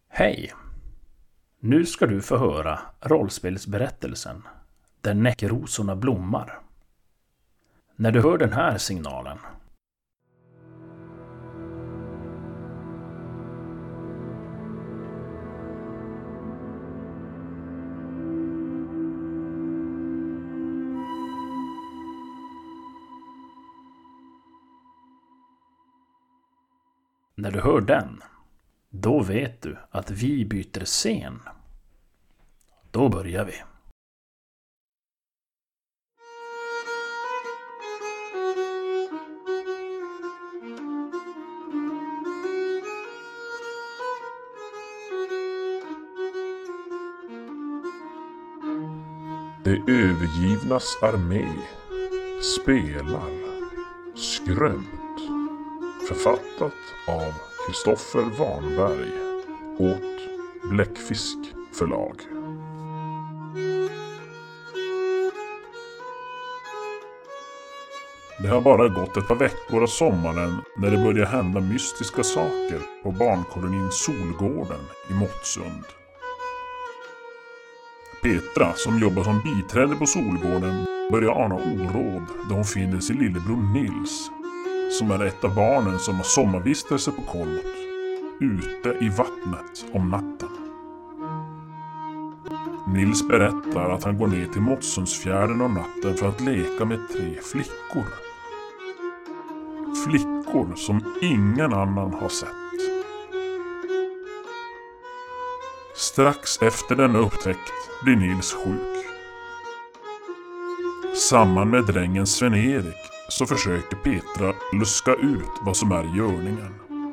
Hej! Nu ska du få höra rollspelsberättelsen Där näckrosorna blommar. När du hör den här signalen. När du hör den, då vet du att vi byter scen. Då börjar vi. De övergivnas armé spelar Skrömt, författat av Kristoffer Warnberg åt Bläckfisk förlag. Det har bara gått ett par veckor av sommaren när det börjar hända mystiska saker på barnkolonin Solgården i Måttsund. Petra, som jobbar som biträde på Solgården, börjar ana oråd då hon finner sin lillebror Nils, som är ett av barnen som har sommarvistelse på Kolmot, ute i vattnet om natten. Nils berättar att han går ner till Måttsundsfjärden om natten för att leka med 3 flickor. Flickor som ingen annan har sett. Strax efter denna upptäckt blir Nils sjuk. Samman med drängen Sven-Erik så försöker Petra luska ut vad som är i görningen.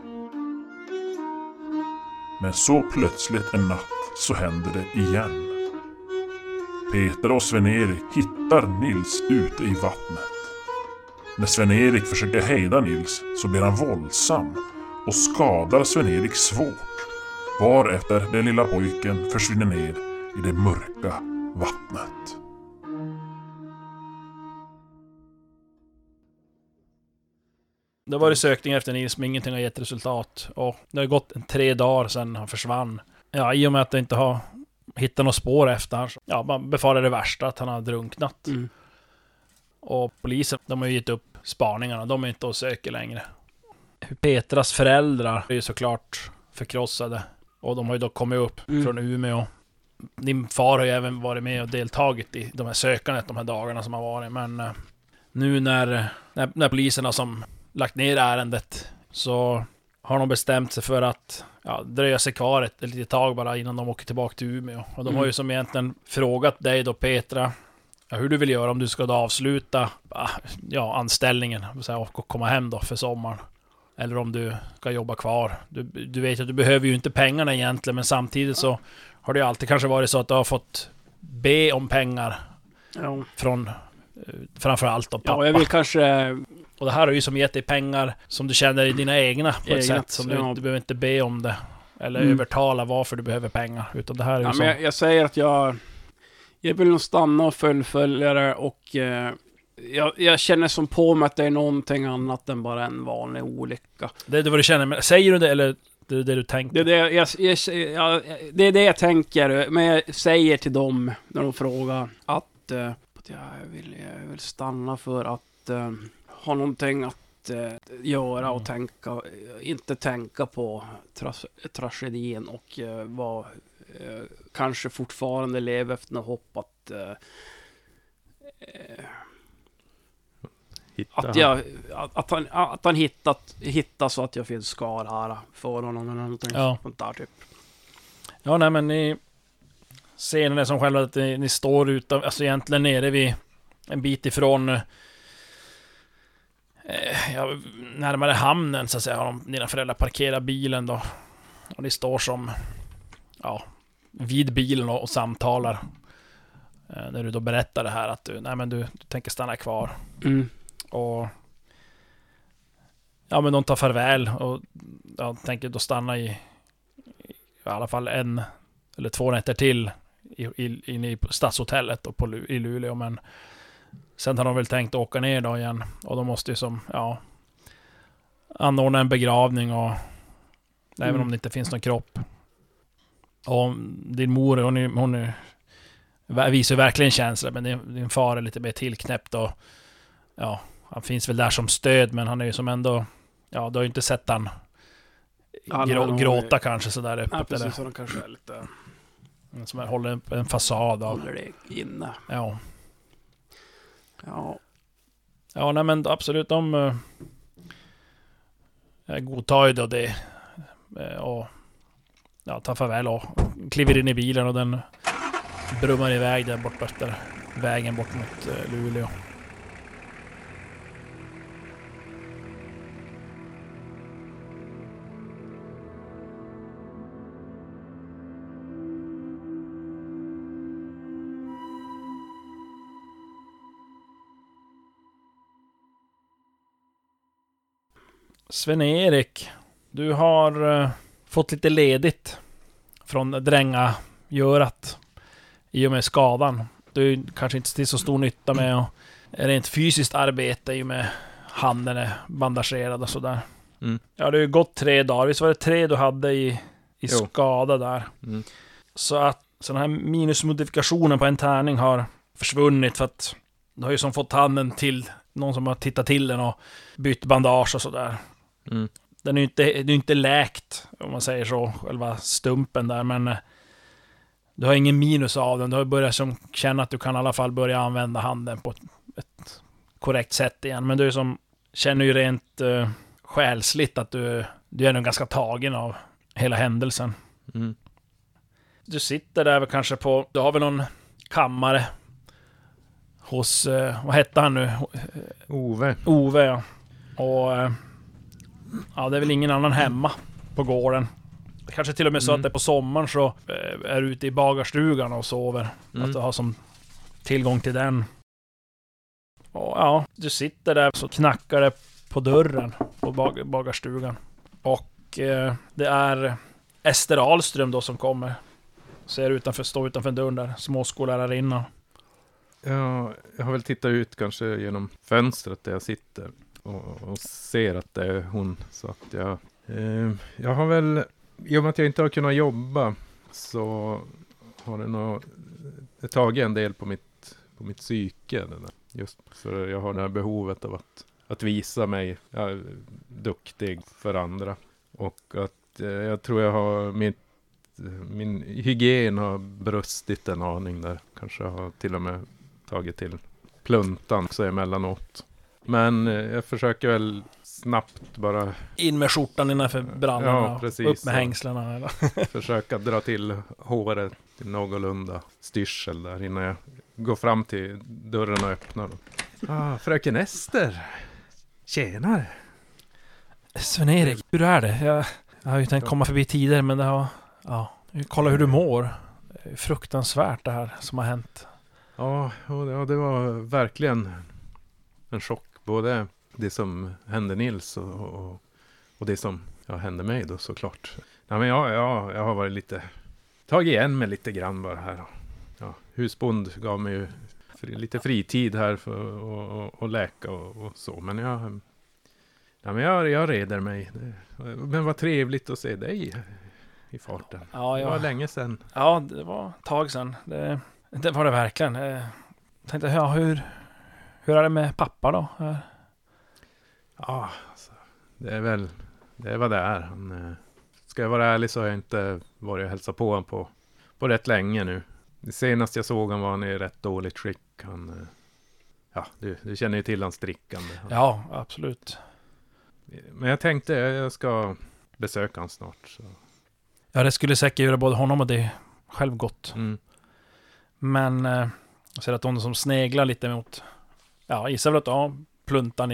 Men så plötsligt en natt så händer det igen. Petra och Sven-Erik hittar Nils ute i vattnet. När Sven-Erik försöker hejda Nils så blir han våldsam och skadar Sven-Erik svårt, varefter den lilla pojken försvinner ner i det mörka vattnet. Det var det sökning efter Nils, men ingenting har gett resultat. Och det har gått 3 dagar sedan han försvann. Ja, i och med att det inte har hittat något spår efter han. Ja, man befarar det värsta, att han har drunknat. Och polisen, de har ju gett upp spaningarna. De är inte och söker längre. Petras föräldrar är ju såklart förkrossade. Och de har ju då kommit upp från Umeå. Din far har ju även varit med och deltagit i de här sökandet de här dagarna som har varit. Men nu när poliserna som lagt ner ärendet så har de bestämt sig för att dröja sig kvar ett litet tag bara innan de åker tillbaka till Umeå. Och de har ju som egentligen frågat dig då, Petra, hur du vill göra om du ska då avsluta anställningen och komma hem då för sommaren. Eller om du ska jobba kvar. Du vet att du behöver ju inte pengarna egentligen, men samtidigt så har det ju alltid kanske varit så att du har fått be om pengar från framförallt då pappa. Ja, jag vill kanske... Och det här har ju som gett dig pengar som du känner i dina egna på ett sätt som du behöver inte be om det. Eller övertala varför du behöver pengar. Utan det här är ju men jag säger att jag vill nog stanna och fullfölja det. Och jag känner som på mig att det är någonting annat än bara en vanlig olycka. Det är vad du känner. Men säger du det eller det är det du tänker? Det är det jag tänker. Men jag säger till dem när de frågar att jag vill stanna för att ha någonting att göra och inte tänka på tragedin och vad kanske fortfarande lever efter något hopp att han hittar så att jag finns kvar här för honom eller någonting sånt där typ. Ja, nej, men ni ser det som själva att ni står ute, alltså egentligen nere vid en bit ifrån närmare hamnen så att säga, har dina föräldrar parkerat bilen då. Och ni står som vid bilen och samtalar. När du då berättar det här att du tänker stanna kvar. Och men de tar farväl och tänker då stanna i alla fall 1 eller 2 nätter till inne i stadshotellet och i Luleå, men sen har de väl tänkt åka ner då igen och de måste ju som anordna en begravning och även om det inte finns någon kropp Och din mor, hon visar verkligen känslor, men din far är lite mer tillknäppt och ja, han finns väl där som stöd, men han är ju som ändå, ja, du har ju inte sett han gråta kanske sådär öppet. Ja, precis, eller? Kanske är lite... Som håller en fasad av. Håller det inne. Ja. Ja. Ja, nej men absolut, de godtar ju då det. Och ja, tar farväl och kliver in i bilen och den brummar iväg där bort efter vägen bort mot Luleå. Sven-Erik, du har fått lite ledigt från drängagörat i och med skadan. Du är kanske inte till så stor nytta med och rent fysiskt arbete i och med handen är bandagerad och sådär. Mm. Ja, det har ju gått 3 dagar. Visst var det 3 du hade i skada där. Mm. Så att sån här minusmodifikationen på en tärning har försvunnit för att du har ju som fått handen till någon som har tittat till den och bytt bandage och sådär. Mm. Den är ju inte läkt, om man säger så, själva stumpen där, men du har ingen minus av den. Du har börjat som känna att du kan i alla fall börja använda handen på ett korrekt sätt igen. Men du som känner ju rent själsligt att du är nog ganska tagen av hela händelsen. Mm. Du sitter där kanske på, du har väl någon kammare hos, vad hette han nu? Ove, ja. Och ja, det är väl ingen annan hemma på gården. Kanske till och med så att det på sommaren så är du ute i bagarstugan och sover. Att du har som tillgång till den. Och ja, du sitter där så knackar det på dörren på bagarstugan. Och det är Ester Ahlström då som kommer. Står utanför dörren där, småskollärarinnan. Ja, jag har väl tittat ut kanske genom fönstret där jag sitter och ser att det är hon. Så att jag har väl, i och med att jag inte har kunnat jobba så har det nog tagit en del på mitt psyke. Det där. Just för jag har det här behovet av att visa mig duktig för andra. Och att jag tror jag har min hygien har brustit en aning där. Kanske har till och med tagit till pluntan så emellanåt. Men jag försöker väl snabbt bara... In med skjortan innanför brallorna. Ja, precis. Upp med hängslena. Eller? Försöka dra till håret till någorlunda styrsel där innan jag går fram till dörren och öppnar. Fröken Ester. Tjenar. Sven-Erik, hur är det? Jag har ju tänkt komma förbi tidigare, men det har... Ja, kolla hur du mår. Det är fruktansvärt det här som har hänt. Ja, det var verkligen en chock. Både det som hände Nils och det som hände mig då såklart. Ja, men jag har varit tagit igen med lite grann bara här. Ja, husbond gav mig ju lite fritid här för att läka och så. Men jag reder mig. Men vad trevligt att se dig i farten. Ja, det var länge sedan. Ja, det var ett tag sedan. Det var det verkligen. Jag tänkte, hur är det med pappa då? Ja, alltså, det är vad det är. Ska jag vara ärlig så har jag inte varit och hälsat på honom på rätt länge nu. Senast jag såg han var han i rätt dåligt skick. Du känner ju till hans drickande. Ja, absolut. Men jag tänkte jag ska besöka han snart. Så. Ja, det skulle säkert göra både honom och det själv gott. Mm. Men jag ser att hon som sneglar lite mot... Ja, gissar väl att pluntan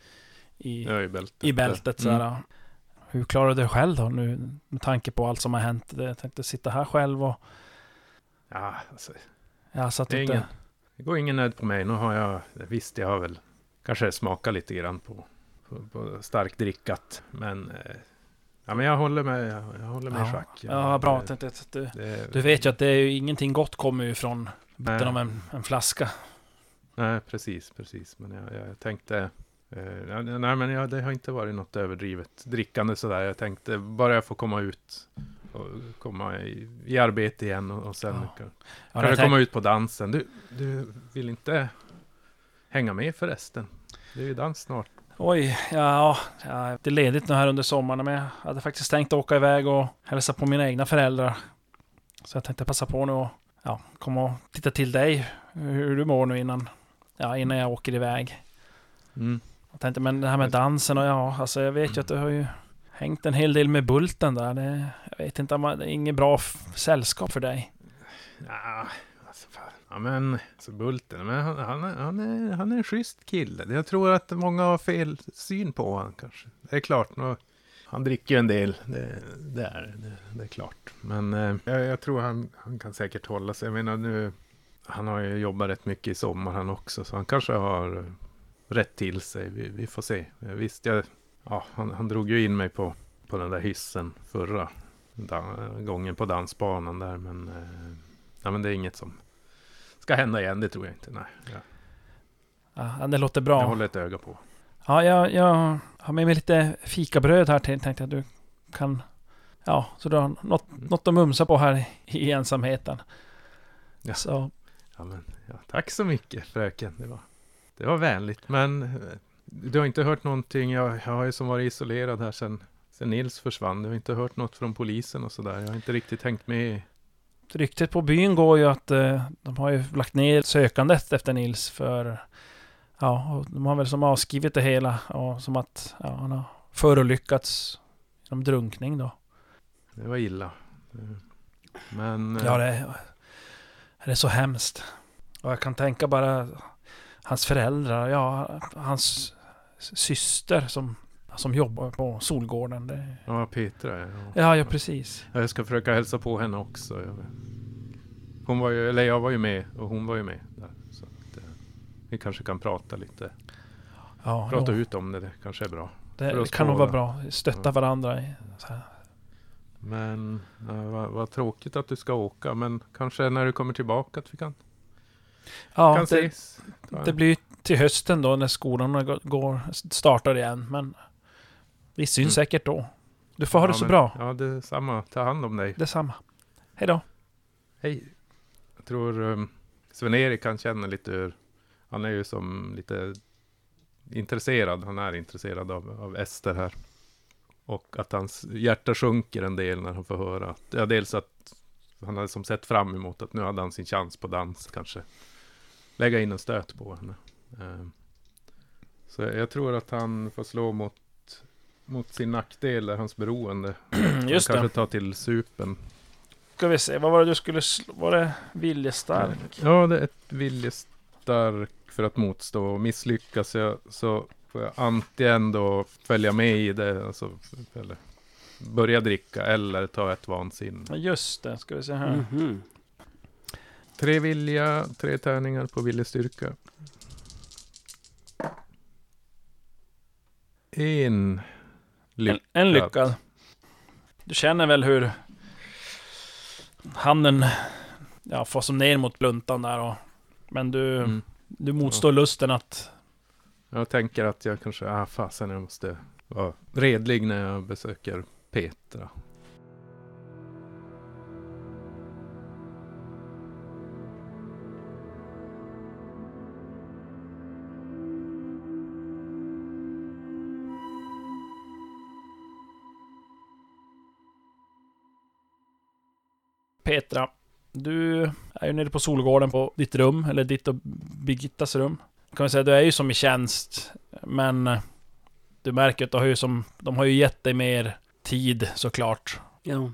i bältet. Så hur klarar du det själv då nu med tanke på allt som har hänt? Jag tänkte sitta här själv och... Ja, alltså... Ja, så att det går ingen nöd på mig. Nu har jag... Visst, jag har väl kanske smakat lite grann på starkt drickat. Men... Ja, men jag håller mig i schack. Ja, bra. Du vet ju att det är ju ingenting gott kommer ju från botten av en flaska. Nej, precis. Men jag tänkte... det har inte varit något överdrivet drickande sådär. Jag tänkte bara jag får komma ut och komma i arbete igen och sen Ja, kan komma ut på dansen. Du vill inte hänga med förresten? Det är ju dans snart. Oj, ja, det är ledigt nu här under sommaren, men jag hade faktiskt tänkt åka iväg och hälsa på mina egna föräldrar. Så jag tänkte passa på nu och komma och titta till dig hur du mår nu innan jag åker iväg. Jag tänkte, men det här med dansen och alltså jag vet ju att du har ju hängt en hel del med Bulten där. Jag vet inte om det är inget bra sällskap för dig. Ja, alltså, men så Bulten, men han är en schysst kille. Jag tror att många har fel syn på honom kanske. Det är klart, han dricker ju en del, det är klart. Men jag tror han kan säkert hålla sig. Jag menar nu, han har ju jobbat rätt mycket i sommar han också, så han kanske har rätt till sig. Vi får se. Visst, han drog ju in mig på den där hissen förra gången på dansbanan där, men det är inget som ska hända igen, det tror jag inte. Nej. Ja, det låter bra. Jag håller ett öga på. Ja, jag har med mig lite fikabröd här till. Tänkte att du kan... Ja, så du har något att mumsa på här i ensamheten. Ja. Så. Tack så mycket, fröken. Det var vänligt, men du har inte hört någonting. Jag har ju som varit isolerad här sen Nils försvann. Du har inte hört något från polisen och sådär. Jag har inte riktigt hängt med. Ryktet på byn går ju att de har ju lagt ner sökandet efter Nils för... Ja, och de har väl som avskrivit det hela och som att han har förolyckats genom drunkning då. Det var illa. Men... Ja, det är så hemskt. Och jag kan tänka bara hans föräldrar, hans syster som jobbar på Solgården. Ja, Petra. Ja, precis. Jag ska försöka hälsa på henne också. Jag var ju med och hon var ju med där. Så att, vi kanske kan prata lite. Ja, prata ut om det kanske är bra. Det kan nog vara bra. Stötta varandra. Så här. Men vad tråkigt att du ska åka. Men kanske när du kommer tillbaka att vi kan ses. Det blir till hösten då när skolan startar igen. Men vi syns säkert då. Du får ha det så bra. Ja, det är samma. Ta hand om dig. Detsamma. Hej då. Hej. Jag tror Sven-Erik kan känna lite han är ju som lite intresserad. Han är intresserad av Ester här. Och att hans hjärta sjunker en del när han får höra att, dels att han hade som sett fram emot att nu hade han sin chans på dans, kanske lägga in en stöt på henne. Så jag tror att han får slå mot sin nackdel, hans beroende. Just det. Kanske ta till supen. Ska vi se, vad var det du skulle var det viljestark? Ja, det är ett viljestark för att motstå och misslyckas så får jag antingen då följa med i det, alltså, eller börja dricka eller ta ett vansinne. Ja, just det, ska vi se här. 3 vilja, 3 tärningar på viljestyrka. 1 lyckad. En lyckad. Du känner väl hur handen får som ner mot bluntan där men du motstår lusten att... Jag tänker att jag kanske jag måste vara redlig när jag besöker Petra. Petra, du är ju nere på Solgården på ditt rum, eller ditt och Birgittas rum. Kan man säga, du är ju som i tjänst, men du märker att de har ju gett dig mer tid såklart. Ja.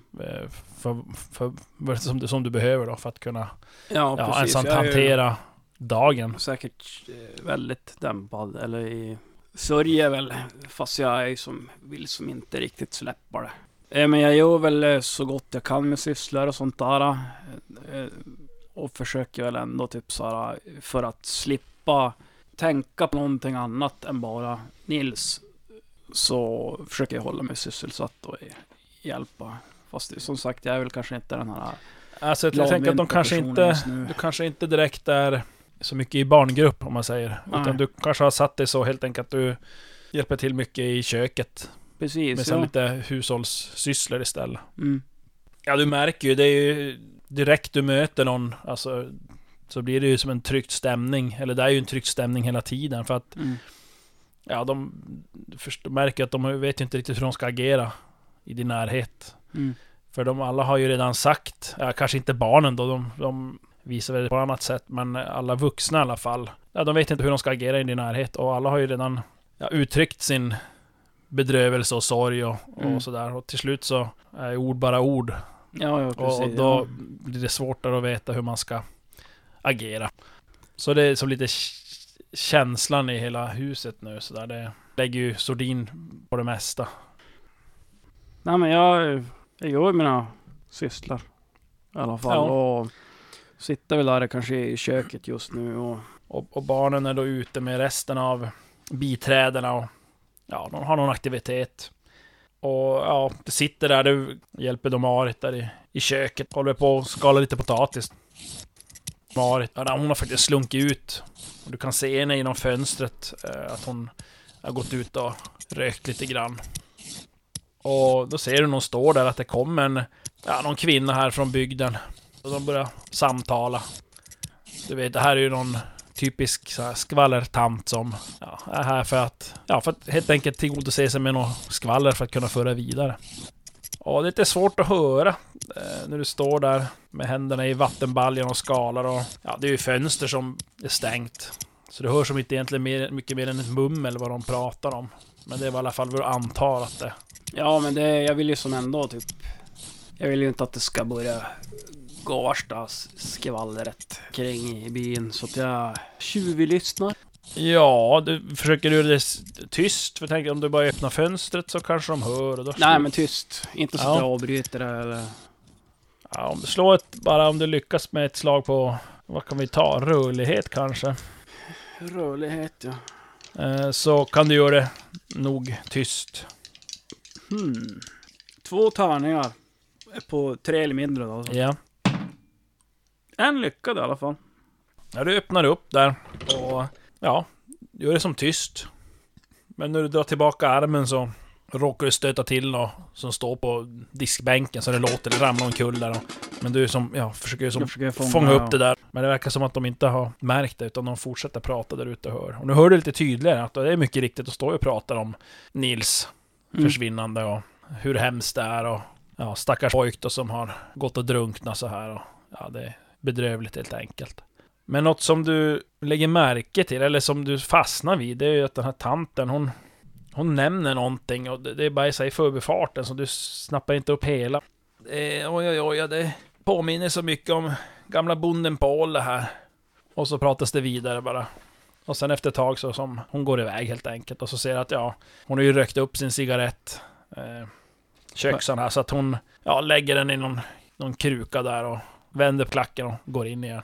Som du behöver då för att kunna precis. hantera dagen. Säkert väldigt dämpad, eller sörjer väl, fast jag är vill inte riktigt släppa det. Men jag gör väl så gott jag kan med sysslor och sånt där. Och försöker väl ändå typ så här, för att slippa tänka på någonting annat än bara Nils, så försöker jag hålla mig sysselsatt och hjälpa. Fast det, som sagt, jag är väl kanske inte den här... Alltså jag tänker att du kanske inte direkt är så mycket i barngrupp, om man säger. Nej. Utan du kanske har satt dig så helt enkelt att du hjälper till mycket i köket. Precis, med så lite hushållssysslor istället. Ja, du märker ju, det är ju direkt du möter någon, alltså, så blir det ju som en tryckt stämning. Eller det är ju en tryckt stämning hela tiden. För att ja, de märker att de vet inte riktigt hur de ska agera i din närhet. För de alla har ju redan sagt, ja, kanske inte barnen då, de visar väl på ett annat sätt, men alla vuxna i alla fall. Ja, de vet inte hur de ska agera i din närhet. Och alla har ju redan uttryckt sin bedrövelse och sorg och sådär. Och till slut så är ord bara ord. Ja, precis. Och då blir det svårare att veta hur man ska agera. Så det är som lite känslan i hela huset nu. Så där. Det lägger ju sordin på det mesta. Nej, men jag gör mina sysslar i alla fall. Ja. Och sitter väl där kanske i köket just nu. Och barnen är då ute med resten av biträdena och ja, de har någon aktivitet. Och ja, det sitter där, du hjälper dem Marit där i köket. Håller på och skalar lite potatis. Marit, ja, hon har faktiskt slunkit ut. Och du kan se henne genom fönstret att hon har gått ut och rökt lite grann. Och då ser du någon står där att det kommer någon kvinna här från bygden. Och de börjar samtala. Du vet, det här är ju någon typisk så här skvallertant som är här för att helt enkelt tillgodose sig med något skvaller för att kunna föra vidare. Och det är lite svårt att höra när du står där med händerna i vattenbaljan och skalar. Och det är ju fönster som är stängt. Så det hörs som inte egentligen mycket mer än ett mummel vad de pratar om. Men det är i alla fall vad du antar att det... Ja, men jag vill ju som ändå typ... Jag vill ju inte att det ska börja gå värsta skvallret kring i byn. Så att jag tjuvlyssnar. Ja, du försöker göra det tyst. För tänk om du bara öppnar fönstret så kanske de hör. Och då Nej, men tyst. Inte så att jag avbryter det eller... Ja, om du slår om du lyckas med ett slag på... Vad kan vi ta? Rörlighet kanske. Rörlighet, ja. Så kan du göra det nog tyst. 2 tärningar på 3 eller mindre då. Så. Ja. En lyckad i alla fall. Ja, du öppnar upp där och gör det som tyst. Men när du drar tillbaka armen så råkar du stöta till och som står på diskbänken så det låter, det ramlar omkull där. Men du som försöker fånga upp det där. Men det verkar som att de inte har märkt det utan de fortsätter prata där ute och hör. Och nu hör du lite tydligare att det är mycket riktigt att stå och prata om Nils försvinnande och hur hemskt det är och stackars pojk då som har gått och drunknat så här och det är bedrövligt helt enkelt. Men något som du lägger märke till eller som du fastnar vid, det är ju att den här tanten hon nämner någonting och det är bara i förbifarten så du snappar inte upp hela. Det påminner så mycket om gamla bonden Paul det här. Och så pratas det vidare bara. Och sen efter ett tag så som hon går iväg helt enkelt och så ser att hon har ju rökt upp sin cigarett köksan här så att hon lägger den i någon kruka där och vänder på klacken och går in igen.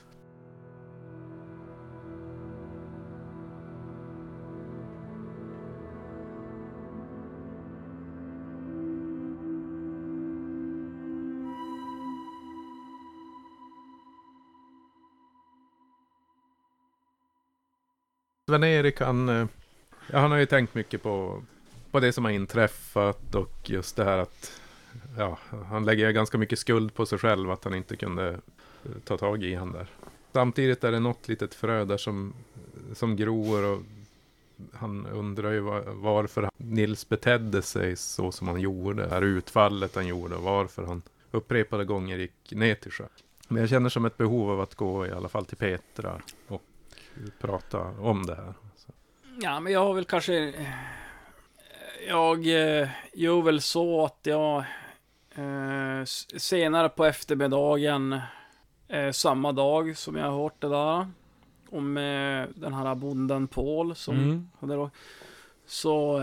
Sven-Erik han har ju tänkt mycket på det som har inträffat och just det här att han lägger ganska mycket skuld på sig själv att han inte kunde ta tag i han där. Samtidigt är det något litet frö där som gror och han undrar ju varför Nils betedde sig så som han gjorde. Det här utfallet han gjorde och varför han upprepade gånger gick ner till sjö. Men jag känner som ett behov av att gå i alla fall till Petra och prata om det här. Så. Ja, men jag har väl kanske... Jag gör väl så att jag senare på eftermiddagen samma dag som jag har hört det där om den här bonden Paul som hade då, så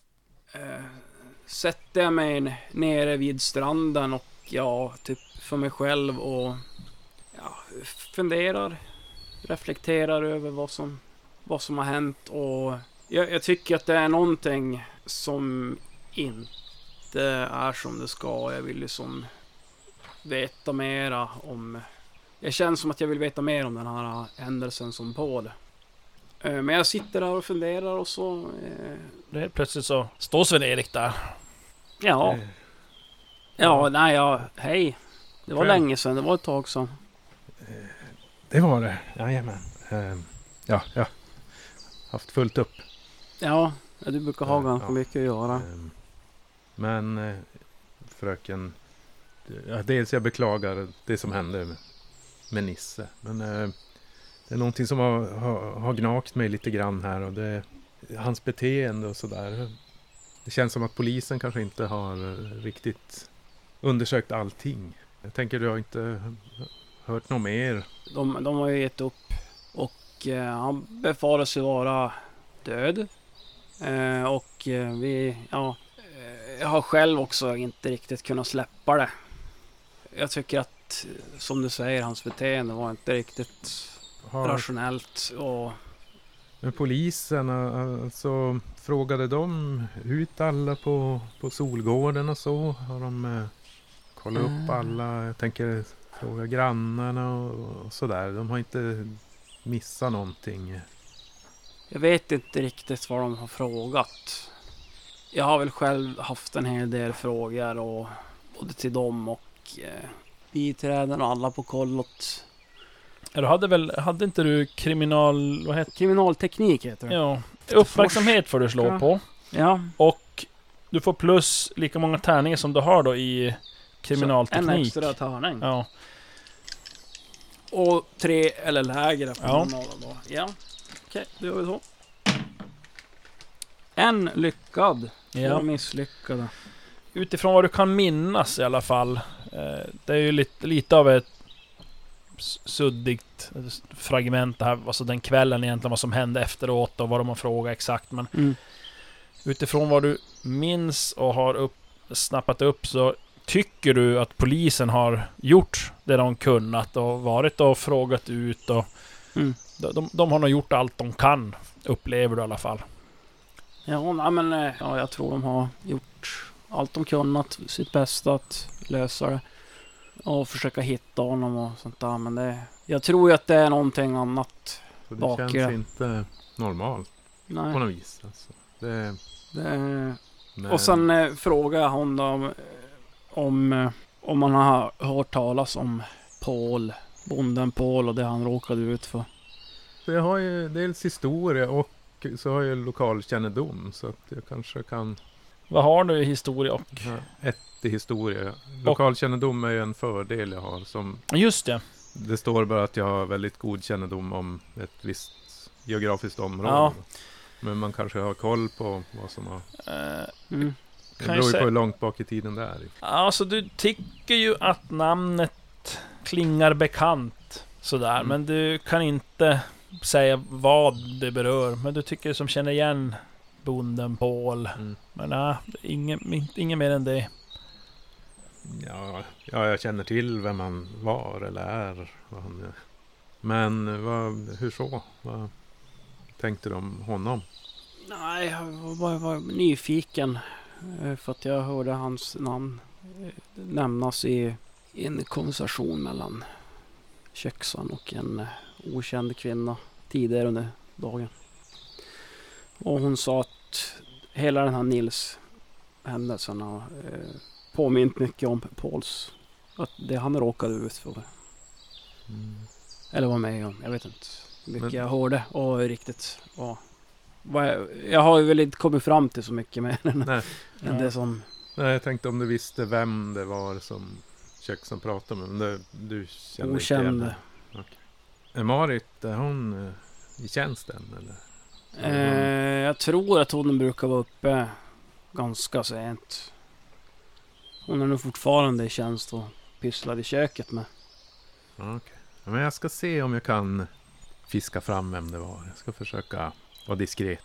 sätter jag mig nere vid stranden och typ för mig själv och reflekterar över vad som har hänt och jag tycker att det är någonting som inte är som det ska. Jag vill liksom veta mera om... Jag känner som att jag vill veta mer om den här händelsen som Paul. Men jag sitter där och funderar och så... Det är plötsligt så står Sven-Erik där. Ja. Ja, nej, hej. Det var Själv? länge sedan, det var ett tag sedan. Det var det, jajamän. Ja, haft fullt upp. Ja, du brukar ha ganska Ja. mycket att göra. Men fröken, dels jag beklagar det som hände med Nisse. Men det är någonting som har gnagt mig lite grann här. Och det hans beteende och sådär. Det känns som att polisen kanske inte har riktigt undersökt allting. Jag tänker, du har inte hört något mer? De har ju gett upp. Och han befaras ju vara död. Jag har själv också inte riktigt kunnat släppa det. Jag tycker att, som du säger, hans beteende var inte riktigt rationellt. Och Men polisen, alltså, frågade de ut alla på Solgården och så? Har de kollat upp alla? Jag tänker fråga grannarna och sådär. De har inte missat någonting. jag vet inte riktigt vad de har frågat. Jag har väl själv haft en hel del frågor och både till dem och biträden och alla på kollot. Ja, hade inte du Kriminalteknik heter det. Ja, uppmärksamhet får du slå på. Ja. Och du får plus lika många tärningar som du har då i kriminalteknik. En extra tärning. Ja. Och 3 eller lägre på Ja. någon av dem då. Ja. Okej, då gör vi så. En lyckad. Ja. Och misslyckade. Utifrån vad du kan minnas i alla fall. Det är ju lite av ett suddigt fragment det här, alltså den kvällen egentligen, vad som hände efteråt och vad de har frågat exakt, men utifrån vad du minns och har snappat upp, så tycker du att polisen har gjort det de kunnat och varit och frågat ut och de har nog gjort allt de kan, upplever du i alla fall. Ja, nej, men jag tror de har gjort allt de kunnat, sitt bästa att lösa det och försöka hitta honom och sånt där, men jag tror ju att det är någonting annat. Så det Bakre. känns inte normalt på Nej. något vis. Alltså. Men- Och sen frågar hon då om man har hört talas om bonden Paul och det han råkade ut för. Så jag har ju dels historia och så har jag lokalkännedom, så att jag kanske kan Vad har du i historia och... ett i historia. Lokalkännedom är ju en fördel jag har. Just det. Det står bara att jag har väldigt god kännedom om ett visst geografiskt område. Ja. Men man kanske har koll på vad som har... Det Kan beror ju på hur långt bak i tiden det är. Alltså du tycker ju att namnet klingar bekant sådär, men du kan inte säga vad det berör, men du tycker som känner igen bonden Paul. Men nej, inget mer än det. Ja, jag känner till vem han var eller är. Men hur så? Vad tänkte du om honom? Nej, jag var nyfiken för att jag hörde hans namn nämnas i en konversation mellan köksan och en okänd kvinna tidigare under dagen. Och hon sa att hela den här Nils-händelsen har påmint mycket om Pauls, att det han råkade ut för. Eller var med om, jag vet inte hur mycket jag hörde och riktigt jag har ju väl inte kommit fram till så mycket mer än det som... Nej, jag tänkte om du visste vem det var som köksan pratade med. Men du kände Okände. inte igen det. Okay. Är Marit, är hon i tjänsten eller? Jag tror att hon brukar vara uppe ganska sent. Hon är nog fortfarande i tjänst och pysslar i köket med. Okej. Ja, men jag ska se om jag kan fiska fram vem det var. Jag ska försöka vara diskret.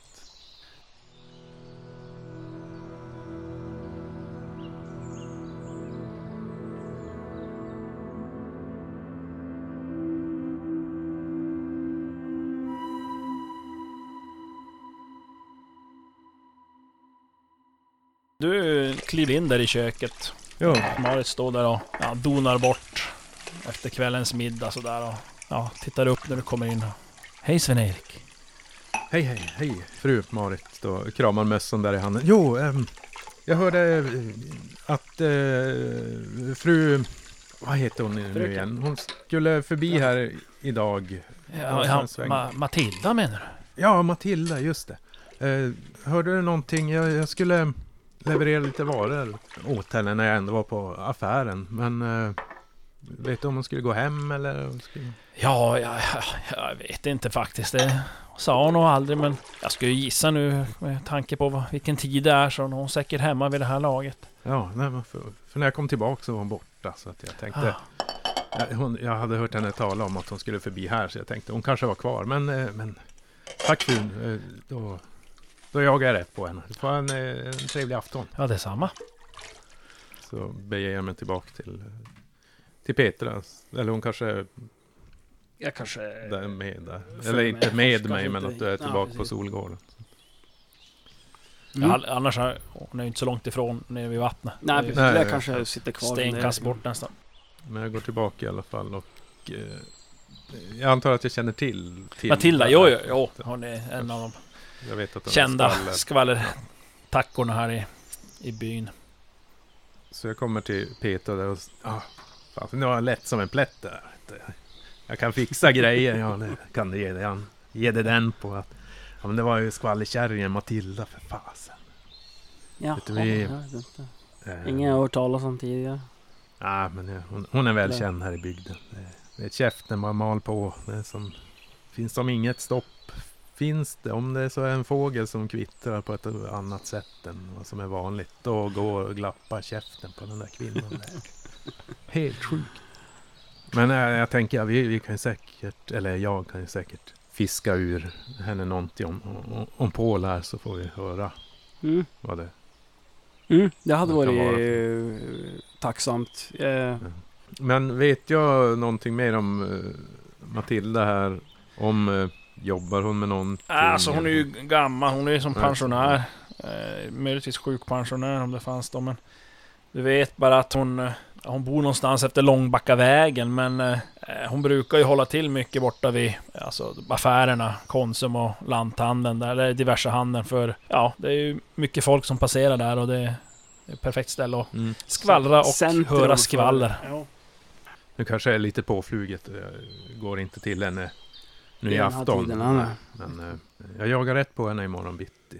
Du kliver in där i köket. Ja. Marit står där och donar bort efter kvällens middag sådär och tittar upp när du kommer in. Hej Sven-Erik. Hej fru Marit. Då kramar mössan där i handen. Jo, Jag hörde att fru... Vad heter hon nu igen? Hon skulle förbi här idag. Matilda menar du? Ja, Matilda, just det. Hörde du någonting? Jag skulle leverera lite varor åt henne när jag ändå var på affären. Men vet du om hon skulle gå hem eller? Ja, jag vet inte faktiskt. Det sa hon nog aldrig, men jag skulle gissa nu med tanke på vilken tid det är, så hon är säkert hemma vid det här laget. Ja, nej, men för när jag kom tillbaka så var hon borta, så att jag tänkte... Jag hade hört henne tala om att hon skulle förbi här, så jag tänkte hon kanske var kvar. Men tack för då jagar jag rätt på henne. Du får en trevlig afton. Ja, det är samma. Så beger jag mig tillbaka till Petra. Eller hon kanske... Jag kanske... Där med där. Eller inte med mig, men att du är tillbaka på Solgården. Ja, annars är hon är ju inte så långt ifrån nere vid vattnet. Nej, jag kanske sitter kvar. Stenkast bort nästan. Men jag går tillbaka i alla fall och jag antar att jag känner till Matilda, jo. Hon är en av de jag vet att kända skvallertackorna här i byn. Så jag kommer till Peter där och fan, det var lätt som en plätt där. Jag kan fixa grejer, ja, det kan det ge det den på att ja, men det var ju skvallerkärringen Matilda för fasen. Ja, vi, ingen har hört talas om tidigare. Ja, men hon är väl känd här i bygden. Det är käften bara mal på. Finns som inget stopp. Finns det, om det är så är en fågel som kvittrar på ett annat sätt än vad som är vanligt, då går och glappar käften på den där kvinnan där. Helt sjukt. Men jag tänker, vi kan ju säkert, eller jag kan ju säkert fiska ur henne någonting om Paul här, så får vi höra vad det det hade varit tacksamt. Men vet jag någonting mer om Matilda här? Jobbar hon med någonting? Alltså hon är ju gammal, hon är ju som pensionär. Möjligtvis sjukpensionär om det fanns då, men du vet bara att hon bor någonstans efter Långbackavägen, men hon brukar ju hålla till mycket borta vid affärerna, Konsum och lanthandeln där, eller diverse handeln, för det är ju mycket folk som passerar där och det är ett perfekt ställe att skvallra och höra skvaller. Ja. Nu kanske är lite påfluget, går inte till henne nu i afton. Men jag jagar rätt på henne imorgon bitti.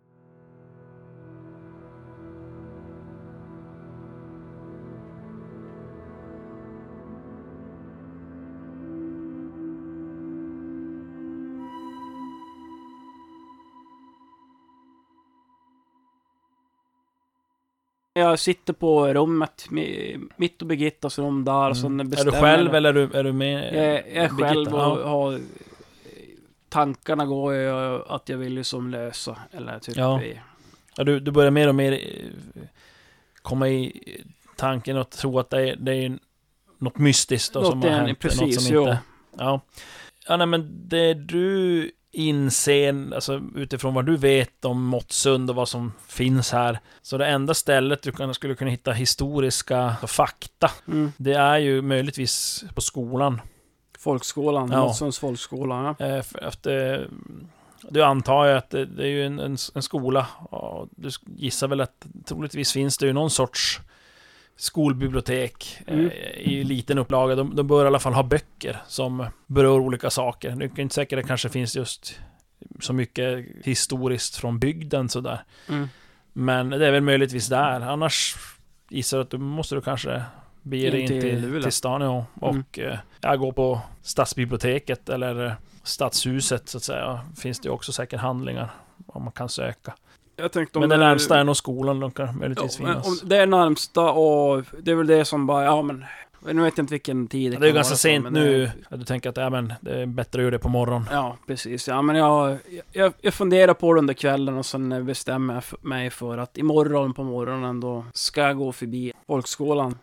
Jag sitter på rummet mitt och Birgittas rum där. Och så är du själv eller är du med? Jag är själv och har tankarna går ju att jag vill ju som lösa. Eller typ du börjar mer och mer komma i tanken och tro att det är något mystiskt då, som har hänt. Precis, något som inte... Ja, nej, men det du inser, alltså utifrån vad du vet om Måttsund och vad som finns här, så det enda stället du skulle kunna hitta historiska fakta, det är ju möjligtvis på skolan. Folkskolan, Måttsunds folkskola. Efter, du antar ju att det är ju en skola, och du gissar väl att troligtvis finns det ju någon sorts skolbibliotek i liten upplaga. De bör i alla fall ha böcker som berör olika saker. Det är inte säkert att det kanske finns just så mycket historiskt från bygden sådär. Men det är väl möjligtvis där. Annars gissar att du måste kanske bege dig in till stan och gå på stadsbiblioteket eller stadshuset så att säga. Finns det också säkert handlingar om man kan söka. Men det närmsta är nog skolan, de kan möjligtvis finnas. Det är närmsta, och det är väl det som bara, men nu vet jag inte vilken tid det är ganska sent nu. Du tänker att det är bättre att göra det på morgon. Ja, precis. Ja, men jag funderar på det under kvällen och sen bestämmer jag mig för att imorgon på morgonen då ska jag gå förbi folkskolan.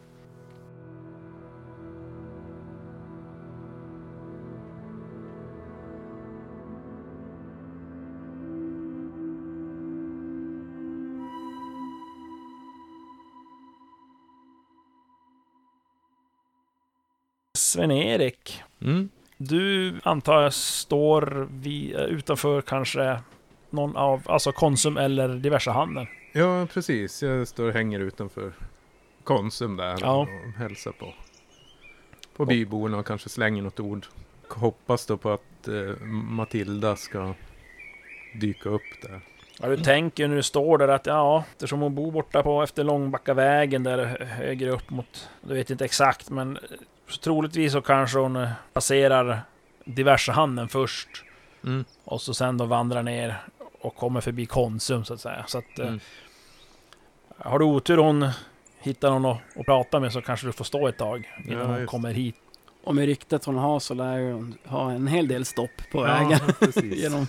Sven-Erik, du antar jag står utanför kanske någon av Konsum eller diverse handeln. Ja, precis. Jag står och hänger utanför Konsum där Ja. och hälsar på byborna och kanske slänger något ord. Hoppas då på att Matilda ska dyka upp där. Ja, du tänker när du står där att ja, eftersom hon bor borta på efter Långbackavägen där högre upp mot, du vet inte exakt, men så troligtvis så kanske hon passerar diverse hamnen först och så sen då vandrar ner och kommer förbi Konsum så att säga. Så att har du otur och hon hittar någon att prata med så kanske du får stå ett tag innan hon kommer hit. Och med ryktet hon har så lär hon ha en hel del stopp på vägen. Ja, precis. Genom.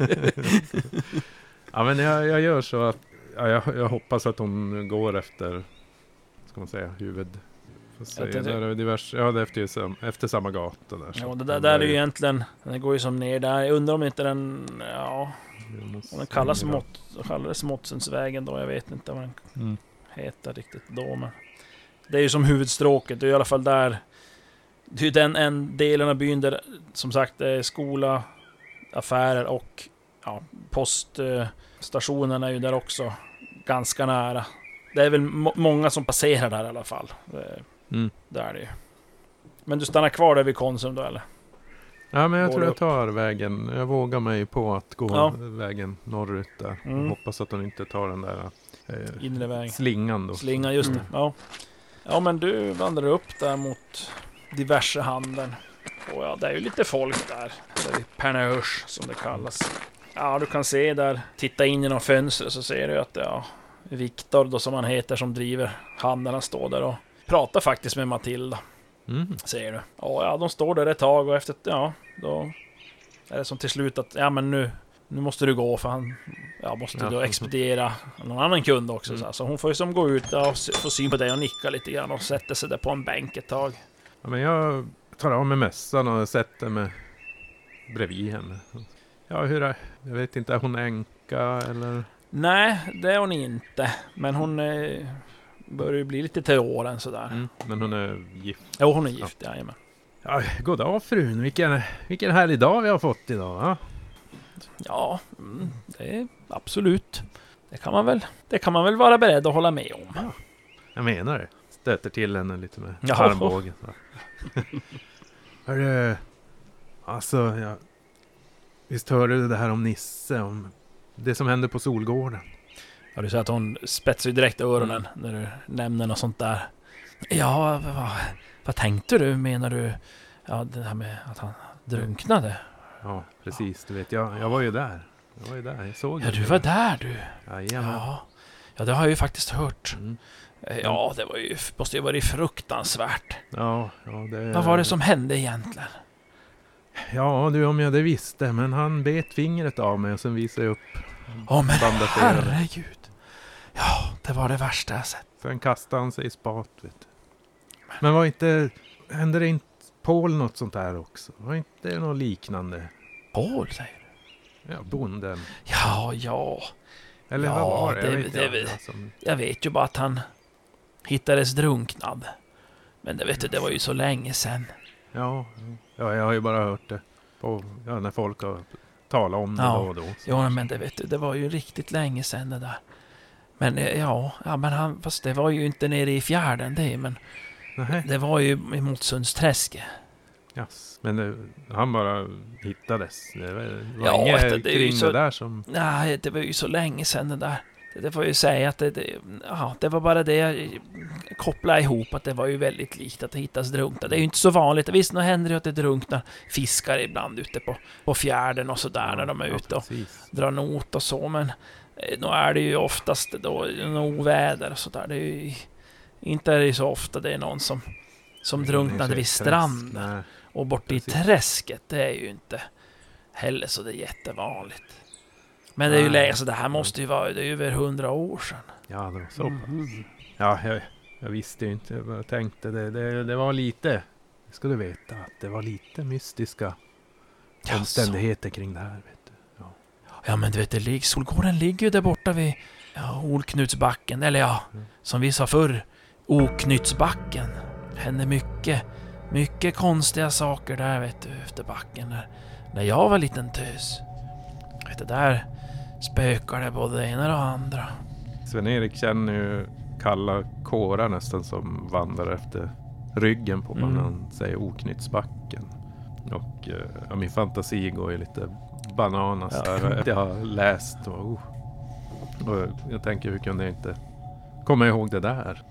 Ja, men jag gör så att jag hoppas att hon går efter, ska man säga, efter samma gata där. Ja, det där är ju egentligen, den går ju som ner där. Jag undrar om inte den, om den kallas Måttsundsvägen då, jag vet inte vad den heter riktigt då, men det är ju som huvudstråket, det är i alla fall där. Det är ju den en delen av byn där, som sagt, det är skola, affärer och poststationen är ju där också ganska nära. Det är väl många som passerar där i alla fall. Där är det ju. Men du stannar kvar där vid Konsum då, eller? Ja, men jag tror jag tar vägen. Jag vågar mig på att gå vägen norrut där. Jag hoppas att hon inte tar den där inre vägen. Slingan då. Slingan, just det. Ja, men du vandrar upp där mot diverse handeln. Och ja, det är ju lite folk där. Det är Pernörs som det kallas. Ja, du kan se där, titta in genom fönstret så ser du att Viktor då, som han heter, som driver handeln, han står där och pratar faktiskt med Matilda. Säger du. Ja, de står där ett tag och efter då är det som till slut att men nu måste du gå, för han måste då expediera någon annan kund också. Så hon får ju som gå ut och få syn på dig och nicka lite grann och sätter sig där på en bänk ett tag. Ja, men jag tar av mig mössan och sätter mig bredvid henne. Ja, jag vet inte, är hon änka eller? Nej, det är hon inte. Men hon börjar ju bli lite till åren sådär. Men hon är gift? Jo, hon är gift, jajamän. Ja, god dag frun. Vilken härlig dag vi har fått idag, va? Ja, det är absolut. Det kan man väl vara beredd att hålla med om. Ja, jag menar det. Stöter till henne lite med Ja. armbågen. Hörru, alltså, visst hörde du det här om Nisse, om det som hände på Solgården? Ja, du säger att hon spetsar ju direkt öronen när du nämner något sånt där. Ja, vad tänkte du? Menar du det här med att han drunknade? Ja, precis. Du vet, jag var ju där. Jag såg det. Ja, du var där du. Ja, det har jag ju faktiskt hört. Ja, det måste ju varit fruktansvärt. Ja, Vad var det som hände egentligen? Ja, du, om jag det visste. Men han bet fingret av mig och sen visade jag upp. Men herregud. Ja, det var det värsta jag sett. Sen kastade han sig i spat, vet du. Men hände det inte Paul något sånt där också? Var inte något liknande? Paul, säger du? Ja, bonden. Ja. Eller vad var det? Jag vet ju bara att han hittades drunknad. Men det vet du, det var ju så länge sedan. Ja, jag har ju bara hört det när folk har talat om det då och då. Ja, men det vet du, det var ju riktigt länge sedan det där. Men men fast det var ju inte nere i fjärden det, men det var ju i Måttsundssträske. Yes. Men han bara hittades. Det var inget kring det där som... Nej, det var ju så länge sedan det där. Det får ju säga att det var bara det jag kopplade ihop, att det var ju väldigt likt att det hittas drunkna. Det är ju inte så vanligt. Visst, nu händer det att det drunknar fiskar ibland ute på fjärden och sådär när de är ute och drar not och så, men nu är det ju oftast då oväder och sådär. Det är ju inte är det så ofta det är någon som drunknade vid stranden. Och bort i träsket, det är ju inte heller så det är jättevanligt. Men det är ju alltså det här måste ju vara, det är ju över 100 år sedan. Ja, det var så pass. Ja, jag visste ju inte. Jag tänkte det var lite, ska du veta, att det var lite mystiska omständigheter kring det här, vet du. Ja, men du vet, Solgården ligger ju där borta vid Olknutsbacken, eller som vi sa förr, Oknytsbacken. Det hände mycket konstiga saker där, vet du, efter backen när jag var liten tös. Vet du, där spökar det både det ena och det andra. Sven-Erik känner ju kalla kårar nästan som vandrar efter ryggen på honom när han säger Oknyttsbacken. Och min fantasi går ju lite bananas här. Jag har läst och jag tänker, hur kunde jag inte komma ihåg det där?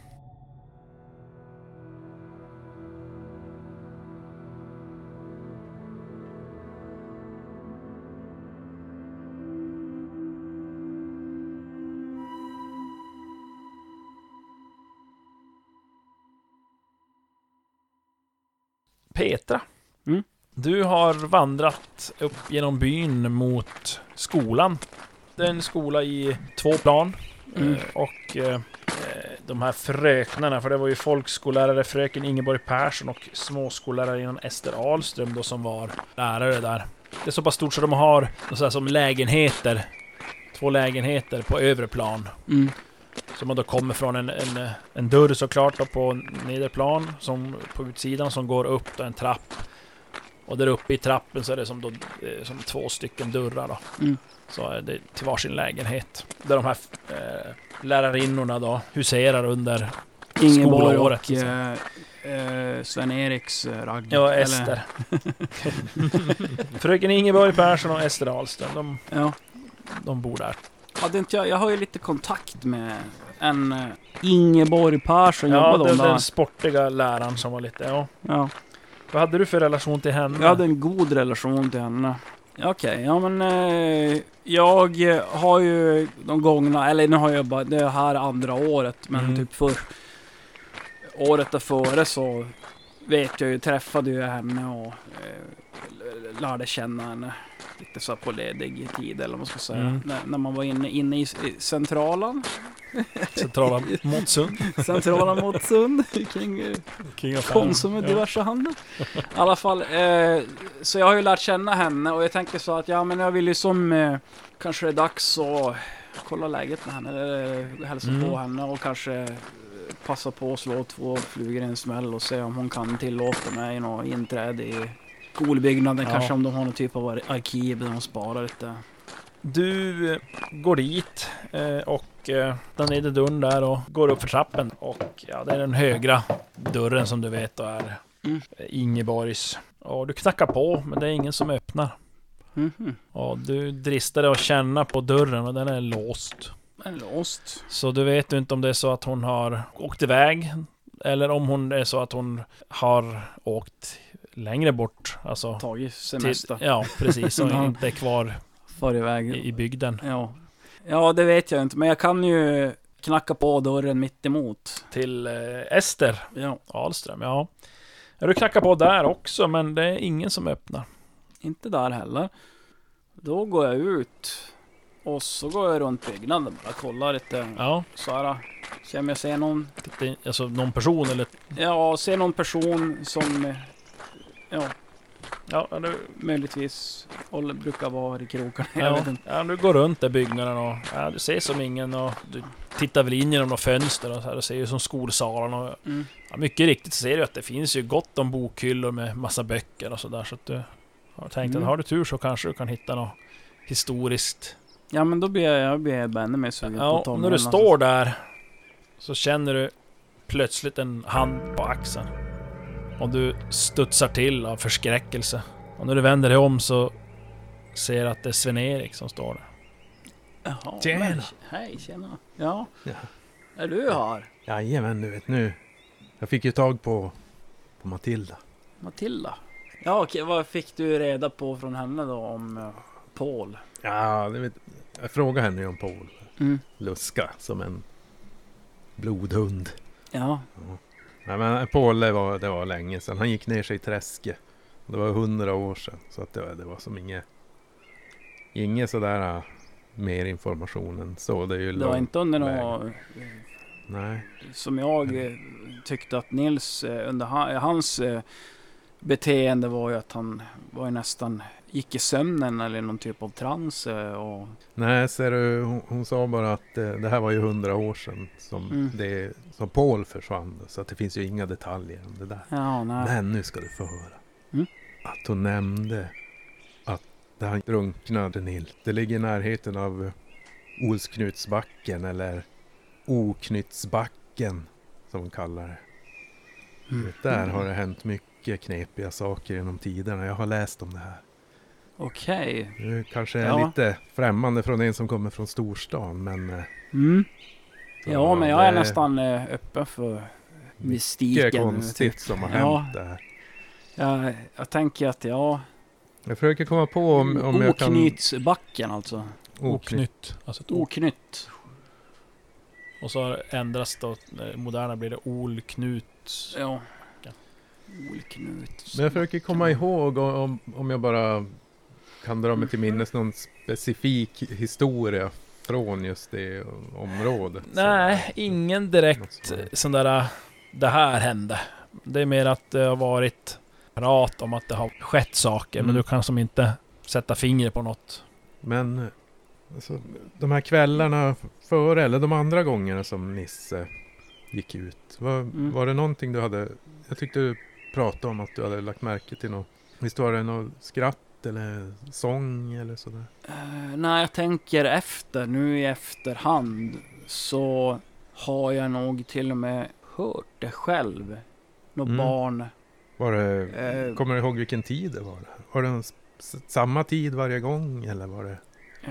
Petra, du har vandrat upp genom byn mot skolan. Det är en skola i 2 plan. Och de här fröknarna, för det var ju folkskollärare fröken Ingeborg Persson och småskolläraren Ester Ahlström då, som var lärare där. Det är så pass stort så de har så här, som lägenheter, 2 lägenheter på övre plan. Så man då kommer från en dörr såklart då på nederplan, som på utsidan, som går upp då en trapp. Och där uppe i trappen så är det som, då, som 2 stycken dörrar då. Så är det till varsin lägenhet. Där de här lärarinnorna då huserar under Ingeborg skolåret. Och Sven-Eriks ragg. Ja, Ester. Fröken Ingeborg Persson och Ester Ahlström, de bor där. Jag har ju lite kontakt med en Ingeborg Persson. Ja, den sportiga läraren som var lite, ja. Vad hade du för relation till henne? Jag hade en god relation till henne. Okej, ja men jag har ju de gångna, eller nu har jag bara det här andra året, men typ för året därför så vet jag ju, träffade ju henne och lärde känna henne lite så på ledig tid, eller vad man ska säga, när man var inne i centralen. Centrala mot Sund. Centrala mot Sund kring Konsum och diverse handel. I alla fall, så jag har ju lärt känna henne och jag tänkte så att men jag vill ju som kanske det är dags att kolla läget med henne, eller hälsa på henne och kanske passa på att slå 2 flugor i en smäll och se om hon kan tillåta mig något inträde i skolbyggnaden, kanske om de har någon typ av arkiv där de sparar lite. Du går dit och den nedre dörren där och går upp för trappen, och det är den högra dörren som du vet då är Ingeborgs. Och du knackar på, men det är ingen som öppnar. Och du dristar dig att känna på dörren och den är låst. Så du vet ju inte om det är så att hon har åkt iväg, eller om hon är så att hon har åkt längre bort, alltså tagit semester. Ja, precis, och inte är kvar i bygden. Ja, det vet jag inte, men jag kan ju knacka på dörren mitt emot. Till Ester Ahlström, ja. Du knackar på där också, men det är ingen som öppnar. Inte där heller. Då går jag ut och så går jag runt byggnaden, bara kollar lite. Så här, se om jag ser någon. Alltså någon person eller? Ja, ser någon person som möjligtvis brukar vara i krokarna. Du går runt där byggnaden och du ser som ingen, och du tittar väl in genom några fönster och så här, och ser ju som skolsalen och mycket riktigt ser du att det finns ju gott om bokhyllor med massa böcker och sådär, så att du har tänkt att har du tur så kanske du kan hitta något historiskt. Ja, men då blir jag ännu mer sugen på att ta när du står där så känner du plötsligt en hand på axeln. Och du studsar till av förskräckelse. Och när du vänder dig om så ser att det är Sven-Erik som står där. Jaha, tjena. Hej, tjena. Ja. Är du här? Jajamän, du vet nu. Jag fick ju tag på Matilda. Matilda? Ja, okej. Vad fick du reda på från henne då om Paul? Ja, jag frågade henne om Paul. Luska som en blodhund. Ja. Nej, men Paul, det var länge sedan. Han gick ner sig i träske. Det var 100 år sedan. Så att det var som inget sådär mer information än så. Det var inte under något... Nej. Som jag tyckte att Nils under hans beteende var ju att han var ju nästan gick i sömnen eller någon typ av trans. Nej, ser du, hon sa bara att det här var ju 100 år sedan som Paul försvann. Så att det finns ju inga detaljer om det där. Ja, nej. Men nu ska du få höra. Att hon nämnde att det han drunknade Nils. Det ligger i närheten av Olsknutsbacken eller Oknytsbacken som de kallar det. Där har det hänt mycket knepiga saker genom tiderna. Jag har läst om det här. Okej. Nu kanske är lite främmande från en som kommer från storstan, men... Ja, men jag är nästan öppen för mystiken. Mycket konstigt som har hänt där. Jag tänker att Jag försöker komma på om jag kan... Oknytsbacken alltså. Oknytt. Alltså ett Oknytt. Och så ändras då, moderna blir det Olknut. Ja. Olknut. Men jag försöker komma ihåg om jag bara kan dra mig till minnes någon specifik historia från just det området. Nej, ingen direkt sån där det här hände. Det är mer att det har varit prat om att det har skett saker, men du kan som inte sätta fingret på något. Men alltså, de här kvällarna före eller de andra gångerna som Nisse gick ut, var det någonting du hade... Jag tyckte du pratade om att du hade lagt märke till något. Visst var det något skratt eller sång eller sådär? När jag tänker efter, nu i efterhand, så har jag nog till och med hört det själv. Något barn. Var det, kommer du ihåg vilken tid det var? Var det samma tid varje gång eller var det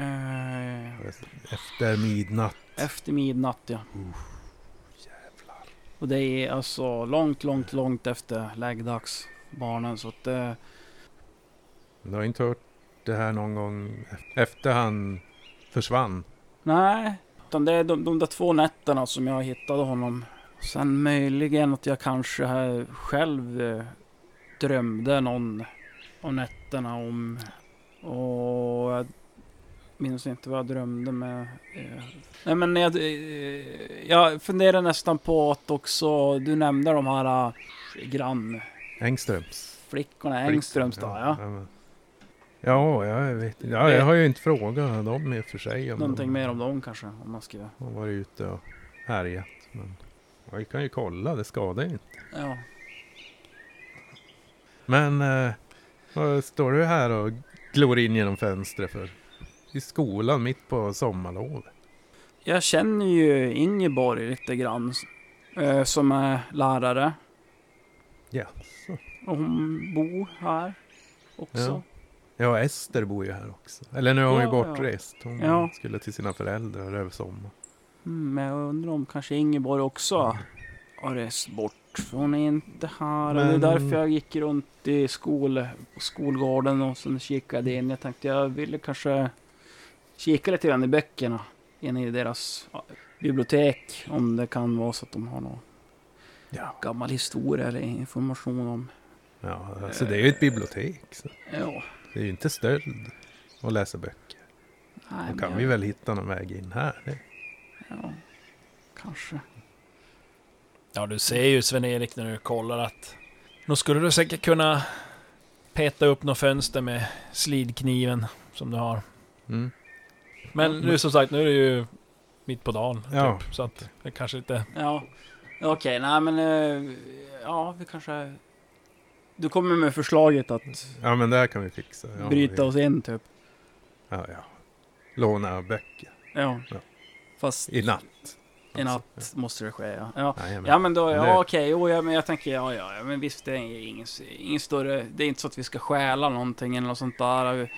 efter midnatt? Efter midnatt, ja. Jävlar. Och det är alltså långt efter läggdags barnen, så att det... Du har inte hört det här någon gång efter han försvann? Nej, utan det är de där 2 nätterna som jag hittade honom. Sen möjligen att jag kanske själv drömde någon av nätterna om... Och jag minns inte vad jag drömde med. Nej, men jag funderar nästan på att också... Du nämnde de här Flickorna Engströms då, ja. Ja, jag vet. Ja, jag har ju inte frågat dem i och för sig. Om någonting mer om dem kanske, om man ska... De var ute och härjat. Men vi kan ju kolla, det skadar ju inte. Ja. Men vad står du här och glor in genom fönstret för? I skolan mitt på sommarlov. Jag känner ju Ingeborg lite grann. Som är lärare. Ja. Och hon bor här också. Ja, Ester bor ju här också. Eller nu är hon ju bortrest. Hon skulle till sina föräldrar över sommar. Men jag undrar om kanske Ingeborg också har rest bort. För hon är inte här. Men... Det är därför jag gick runt i skolgården och sen kikade in. Jag tänkte jag ville kanske kika lite grann i böckerna. Inne i deras bibliotek. Om det kan vara så att de har någon gammal historia eller information om. Ja, alltså det är ju ett bibliotek. Så. Ja. Det är ju inte stöld att läsa böcker. Nej, då kan vi väl hitta någon väg in här. Ja, kanske. Ja, du ser ju Sven-Erik när du kollar att... Då skulle du säkert kunna peta upp något fönster med slidkniven som du har. Men nu som sagt, nu är det ju mitt på dagen. Ja. Typ, så att det kanske inte... Ja, okej. Nej, men... ja, vi kanske... Du kommer med förslaget att... Ja, men det här kan vi fixa. Ja, bryta oss in, typ. Ja. Låna böcker. Ja. Fast... I natt. I natt måste det ske, ja. Ja, men då... Ja, okej. Jo, men jag tänker... Ja. Men visst, det är ingen större... Det är inte så att vi ska stjäla någonting eller något sånt där.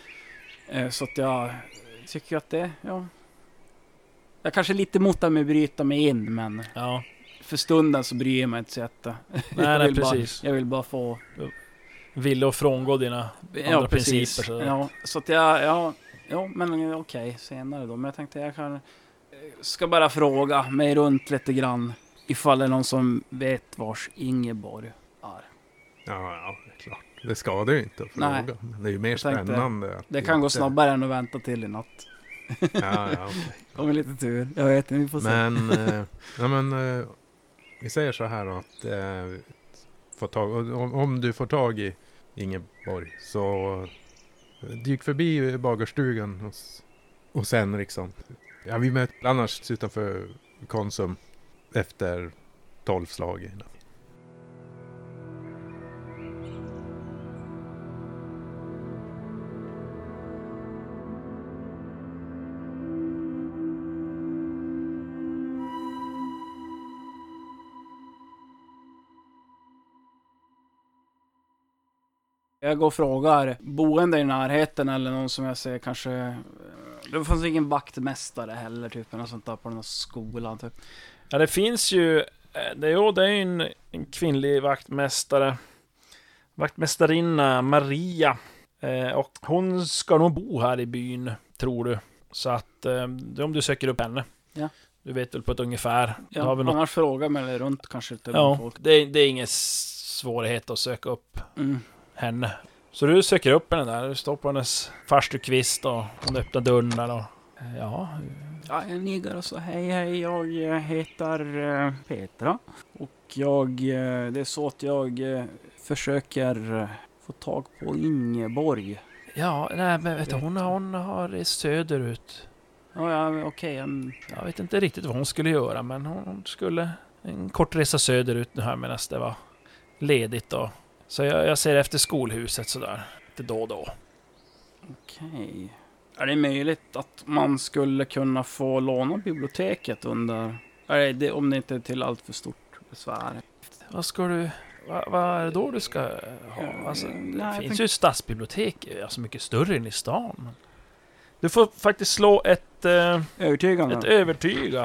Så att jag tycker att det... Ja. Jag kanske lite motar mig bryta mig in, men... Ja. För stunden så bryr jag mig inte så jätte. Nej, precis. Jag vill bara få... Vill och frångå dina andra principer. Så. Ja, så att jag... Ja, men okej, senare då. Men jag tänkte jag ska bara fråga mig runt lite grann. Ifall det är någon som vet vars Ingeborg är. Ja, det är klart. Det skadar ju inte att fråga. Nej. Men det är ju mer spännande. Det kan gå snabbare än att vänta till i natt. Ja, okay. Om lite tur. Jag vet inte, vi får se. Men vi säger så här då, att om du får tag i Ingeborg så dyk förbi bagarstugan hos Henriksson. Ja, vi möter annars utanför Konsum efter 12-slaget. Jag går och frågar boende i närheten eller någon som jag ser kanske... Det fanns ingen vaktmästare heller typ, eller sånt där på den här skolan typ. Ja, det finns ju... Det är ju en kvinnlig vaktmästare. Vaktmästarinna Maria. Och hon ska nog bo här i byn, tror du. Så att om du söker upp henne. Ja. Du vet väl på ett ungefär. Ja, har vi annars fråga mig runt kanske lite. Ja, folk. det är ingen svårighet att söka upp henne. Så du söker upp henne där. Du står på hennes farstukvist och hon öppnar dörren där och... Ja, jag nigar och så hej, jag heter Petra. Och det är så att jag försöker få tag på Ingeborg. ja, nej men vet du, hon har rest söderut. Ja, okej. Jag vet inte riktigt vad hon skulle göra, men hon skulle en kort resa söderut nu här medan det var ledigt då. Så jag ser efter skolhuset sådär, lite då och då. Okej. Är det möjligt att man skulle kunna få låna biblioteket under... om det inte är till allt för stort besvär? Vad ska du... Vad är det då du ska ha? Alltså, det finns ju ett stadsbibliotek, alltså mycket större än i stan. Du får faktiskt slå ett... Övertygande. Ett övertyga.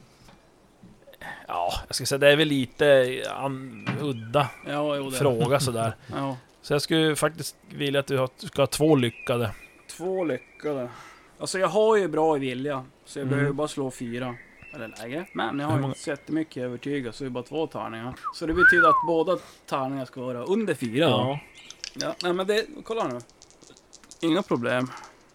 Ja, jag ska säga det är väl lite udda fråga sådär. Ja. Så jag skulle faktiskt vilja att du ska ha 2 lyckade. 2 lyckade. Alltså jag har ju bra i vilja. Så jag behöver bara slå 4. Eller lägre. Men jag har ju sett mycket övertyga. Så det är bara 2 tärningar. Så det betyder att båda tärningar ska vara under 4. Ja. Ja, nej men det... Kolla nu. Inga problem.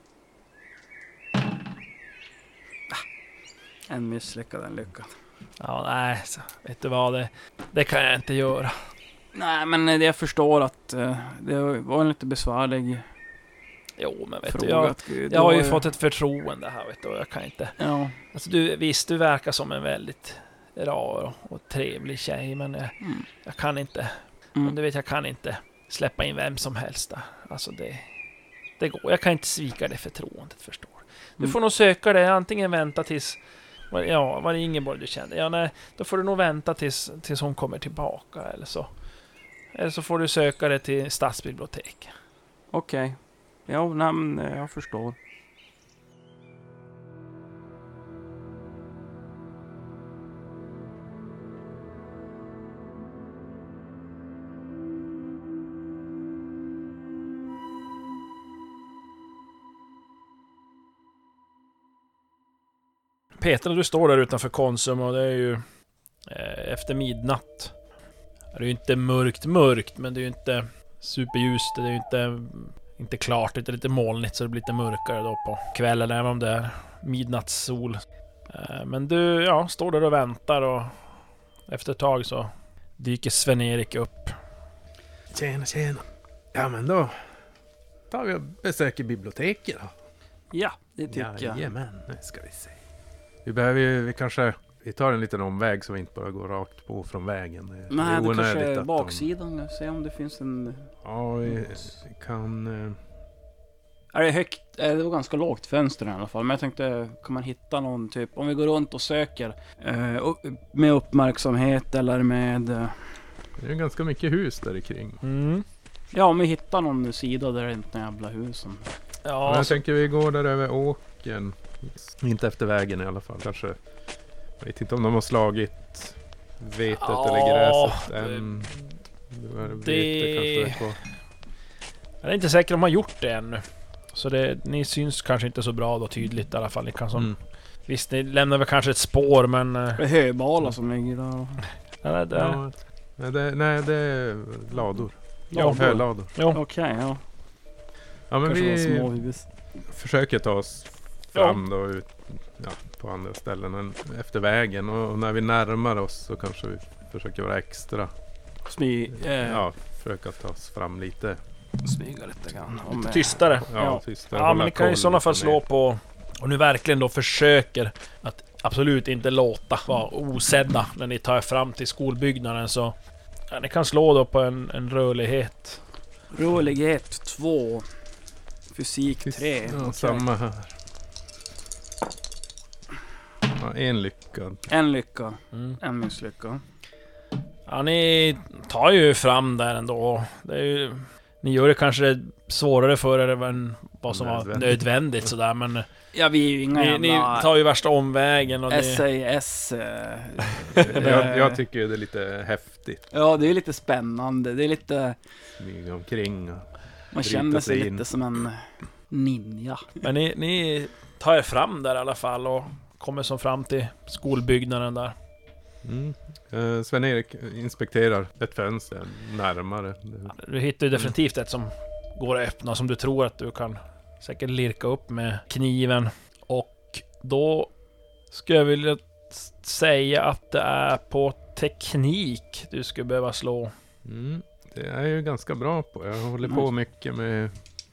En misslyckad, en lyckad. Ja, nej, så, vet du vad, det kan jag inte göra. Nej, men jag förstår att det var en lite besvärlig Jo, men vet fråga. jag har ju fått ett förtroende här, vet du, och jag kan inte... Ja. Alltså, du verkar som en väldigt rar och trevlig tjej, men jag kan inte... Men du vet, jag kan inte släppa in vem som helst där. Alltså, det går. Jag kan inte svika det förtroendet, förstår du. Du får nog söka det, antingen vänta tills... Ja, var det Ingeborg du kände? Ja, nej, då får du nog vänta tills hon kommer tillbaka, eller så. Eller så får du söka det till stadsbibliotek. Okej. Ja, nej, men jag förstår. Petra, du står där utanför Konsum och det är ju efter midnatt. Det är ju inte mörkt, men det är ju inte superljust. Det är ju inte klart, det är lite molnigt så det blir lite mörkare då på kvällen, även om det är midnattssol. Men du, står där och väntar och efter ett tag så dyker Sven-Erik upp. Tjena. Ja, men då tar vi och besöker biblioteket då. Ja, det tycker jag. Jajamän, nu ska vi se. Vi tar en liten omväg så vi inte bara går rakt på från vägen. Nej, det kanske är baksidan. Se om det finns en... Ja, vi kan... Är det högt? Det var ganska lågt fönster i alla fall. Men jag tänkte, kan man hitta någon typ... Om vi går runt och söker med uppmärksamhet eller med... Det är ganska mycket hus där kring. Ja, om vi hittar någon sida där det inte är jävla husen. Ja, men jag tänker vi går där över åkern. Inte efter vägen i alla fall. Kanske... Jag vet inte om de har slagit vetet eller gräset än. Jag är inte säker om de har gjort det ännu. Så ni syns kanske inte så bra då tydligt i alla fall. Ni kan som, visst, ni lämnar väl kanske ett spår, men... Det är höbalar som ligger där. Nej, det är lador. Hölador. Okej, ja. Ja, men kanske vi försöker ta oss fram då ut på andra ställen efter vägen, och när vi närmar oss så kanske vi försöker vara extra försöka ta oss fram lite, smyga lite grann lite tystare. Tystare. Ja, men ni kan i sådana fall slå på, och nu verkligen då försöker att absolut inte låta vara osedda när ni tar fram till skolbyggnaden, så ni kan slå då på en rörlighet. Rörlighet 2, fysik 3. Okay. Samma här. Ja, en lyckad. En lycka. En misslyckad. Ja, ni tar ju fram där ändå. Det är ju Ni gör det kanske svårare för er än vad som var nödvändigt sådär, men Ja, vi är ju inga ni tar ju värsta omvägen och SAS. Jag tycker det är lite häftigt. Ja, det är lite spännande. Det är lite... Smyga omkring och Man känner sig sig in. lite som en ninja. Men ni tar er fram där i alla fall och kommer som fram till skolbyggnaden där. Sven-Erik inspekterar ett fönster närmare. Du hittar ju definitivt ett som går att öppna, som du tror att du kan säkert lirka upp med kniven. Och då skulle jag vilja säga att det är på teknik du skulle behöva slå. Det är jag ju ganska bra på. Jag håller på mycket med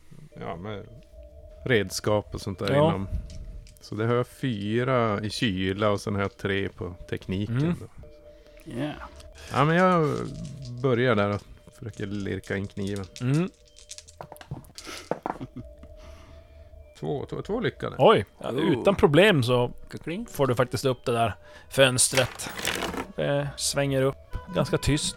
redskap och sånt där inom. Så det har jag 4 i kyla och sen har jag 3 på tekniken. Yeah. Ja, men jag börjar där och försöker lirka in kniven. 2 lyckade. Oj, utan problem så Kuckling. får du faktiskt upp det där fönstret. Det svänger upp ganska tyst.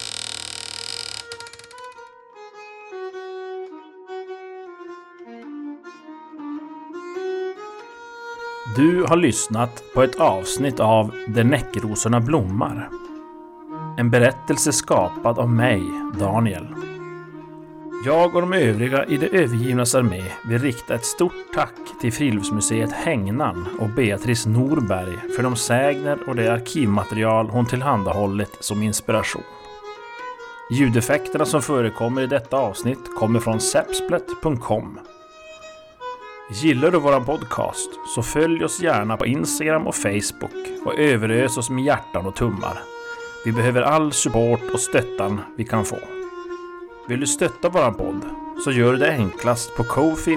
Du har lyssnat på ett avsnitt av Där näckrosorna blommar. En berättelse skapad av mig, Daniel. Jag och de övriga i det övergivnas armé vill rikta ett stort tack till Friluftsmuseet Hängnan och Beatrice Norberg för de sägner och det arkivmaterial hon tillhandahållit som inspiration. Ljudeffekterna som förekommer i detta avsnitt kommer från sepsplet.com. Gillar du våran podcast så följ oss gärna på Instagram och Facebook och överös oss med hjärtan och tummar. Vi behöver all support och stöttan vi kan få. Vill du stötta våran podd så gör det enklast på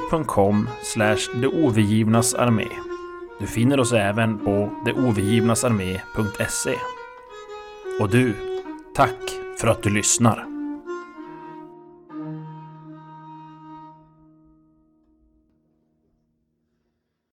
kofi.com/deovergivnasarmé. Du finner oss även på deovergivnasarmé.se. Och du, tack för att du lyssnar.